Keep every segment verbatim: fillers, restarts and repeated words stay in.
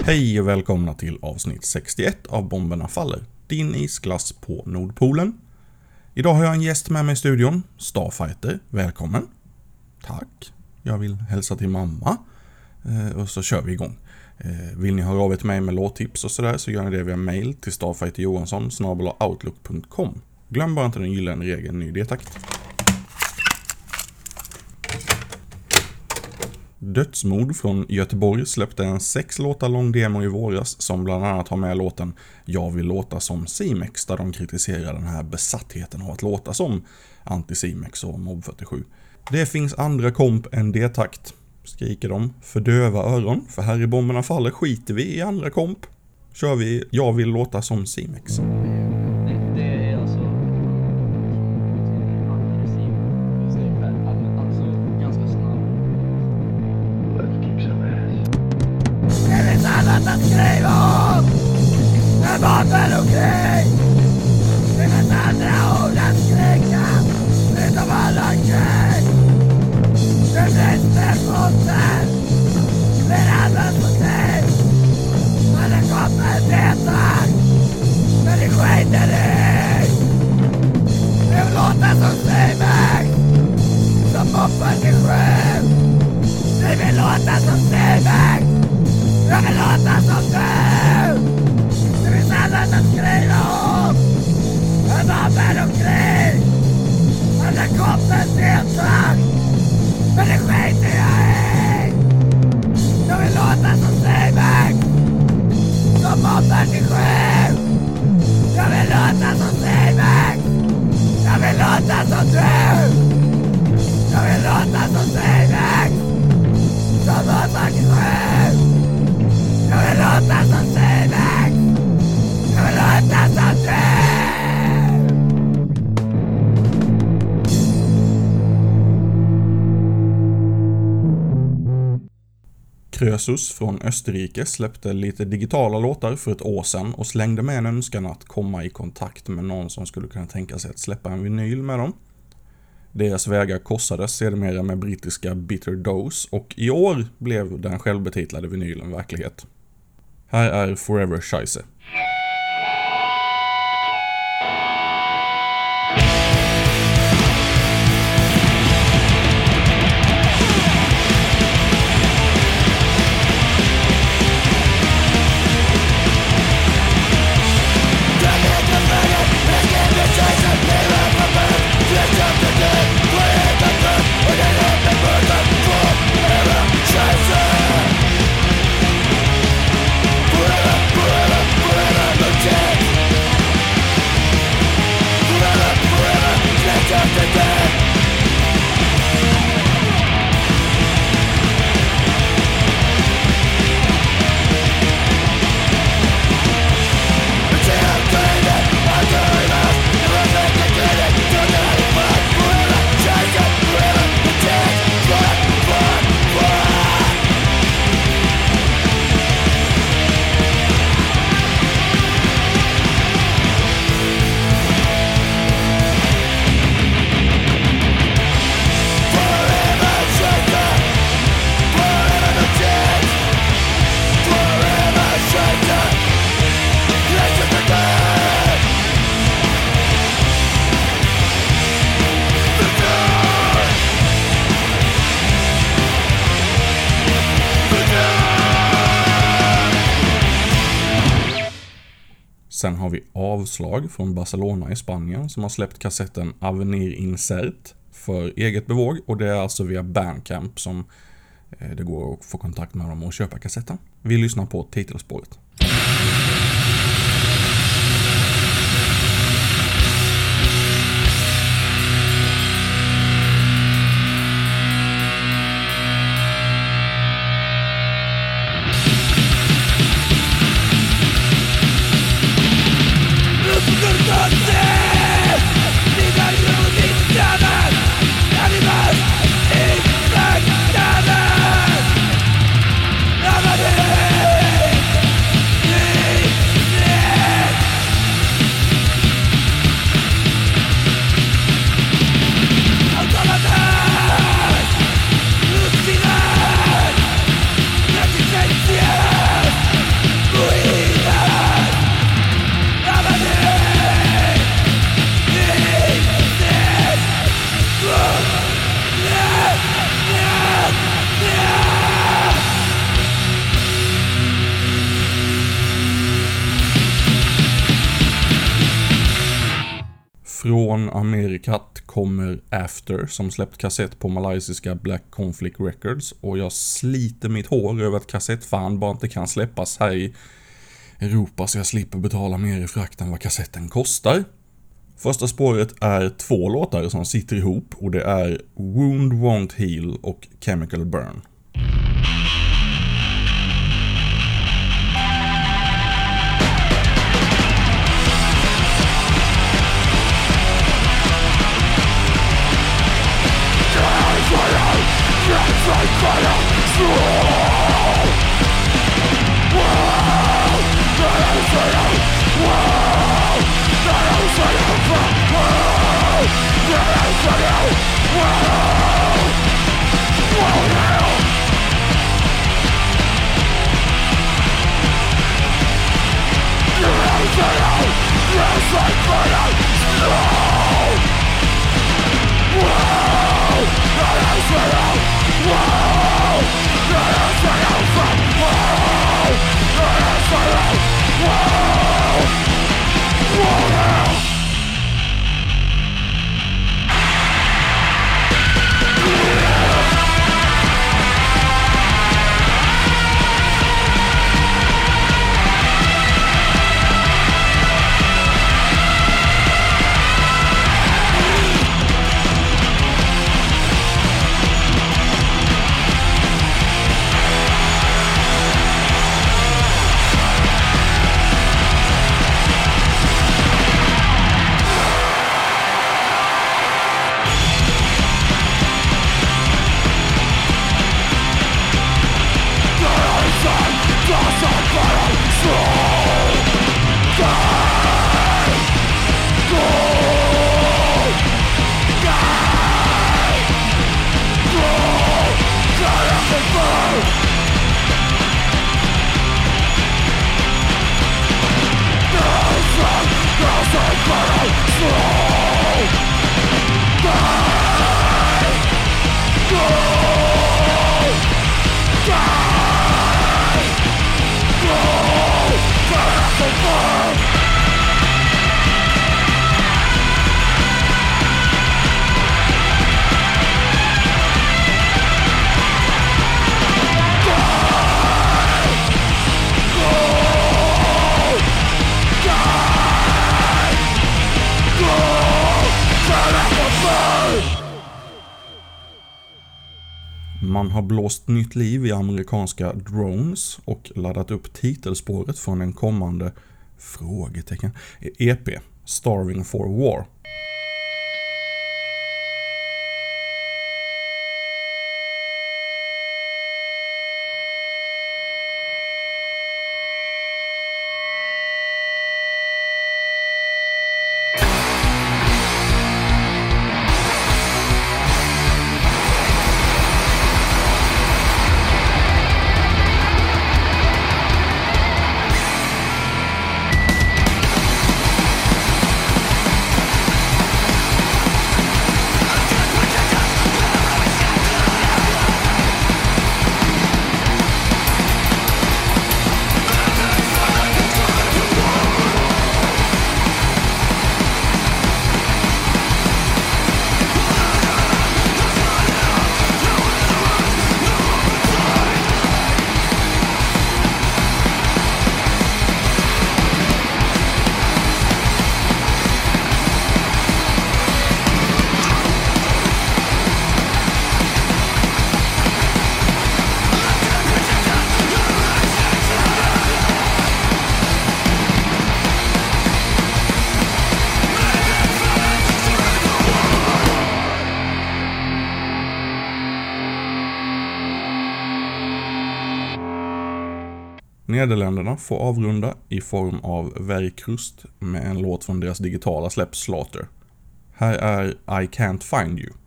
Hej och välkomna till avsnitt sextioett av Bomberna faller, din isglass på Nordpolen. Idag har jag en gäst med mig i studion, Starfighter. Välkommen. Tack. Jag vill hälsa till mamma. Eh, och så kör vi igång. Eh, vill ni höra av er till mig med låttips och sådär så gör ni det via mail till starfighterjohansson snabel-a outlook punkt com. Glöm bara inte den gyllene regeln ny detakt. Dödsmod från Göteborg släppte en sex låtar lång demo i våras som bland annat har med låten Jag vill låta som C-Mex, där de kritiserar den här besattheten av att låta som Anti-C-Mex och Mob fyrtiosju. Det finns andra komp än D-takt, skriker de, för döva öron, för här i Bomberna faller skiter vi i andra komp. Kör vi Jag vill låta som C-Mex. Att skriva om när vapen och krig. Det finns andra ord att skrika utav alla krig. Det finns med fronten blir alldeles på tid. Men det kommer petar, men det skiter i. Det vill låta som C-Mex, som Mob fyrtiosju. Det vill låta som C-Mex, jag vill låta som du. Det finns annat att skriva om än vapen och krig. Men det kommer deltag, men det skiter jag i. Jag vill låta som C-Mex, som Mob fyrtiosju. Jag vill låta som C-Mex, jag vill låta som du. Jag vill låta som C-Mex, som Mob fyrtiosju. Jag vill låta som C-Mex, jag vill låta som du. Krösus från Österrike släppte lite digitala låtar för ett år sedan och slängde med en önskan att komma i kontakt med någon som skulle kunna tänka sig att släppa en vinyl med dem. Deras vägar korsades sedermera med brittiska Bitter Dose och i år blev den självbetitlade vinylen verklighet. Här är Forever Scheisse. Sen har vi Avslag från Barcelona i Spanien som har släppt kassetten Avenir Insert för eget bevåg, och det är alltså via Bandcamp som det går att få kontakt med dem och köpa kassetten. Vi lyssnar på titelspåret. Yeah. Från Amerikat kommer After som släppt kassett på malaysiska Black Conflict Records, och jag sliter mitt hår över att kassettfan bara inte kan släppas här i Europa så jag slipper betala mer i frakt än vad kassetten kostar. Första spåret är två låtar som sitter ihop, och det är Wound Won't Heal och Chemical Burn. Man har blåst nytt liv i amerikanska Drones och laddat upp titelspåret från en kommande frågetecken E P, Starving for War. Nederländerna får avrunda i form av Werkrust med en låt från deras digitala släpp Slaughter. Här är I Can't Find You.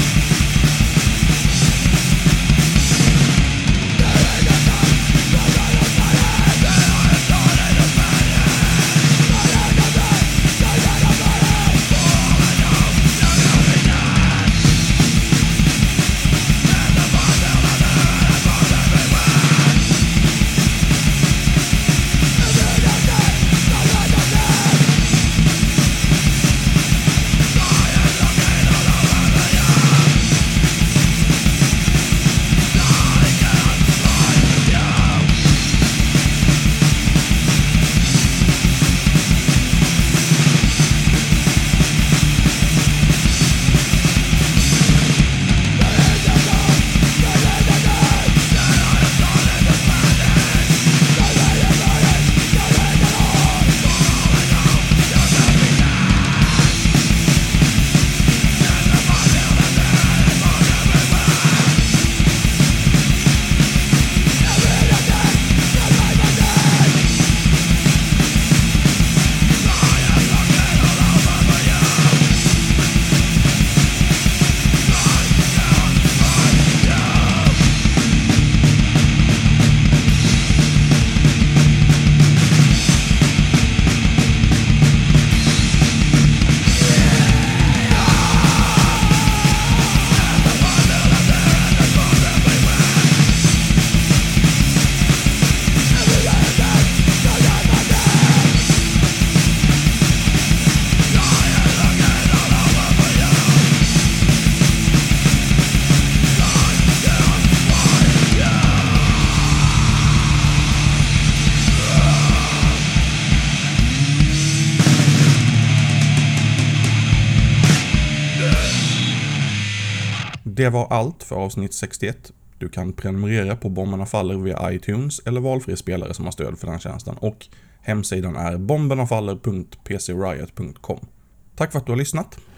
We'll be right back. Det var allt för avsnitt sextioett. Du kan prenumerera på Bomberna Faller via iTunes eller valfri spelare som har stöd för den tjänsten. Och hemsidan är bombernafaller punkt p c riot punkt com. Tack för att du har lyssnat.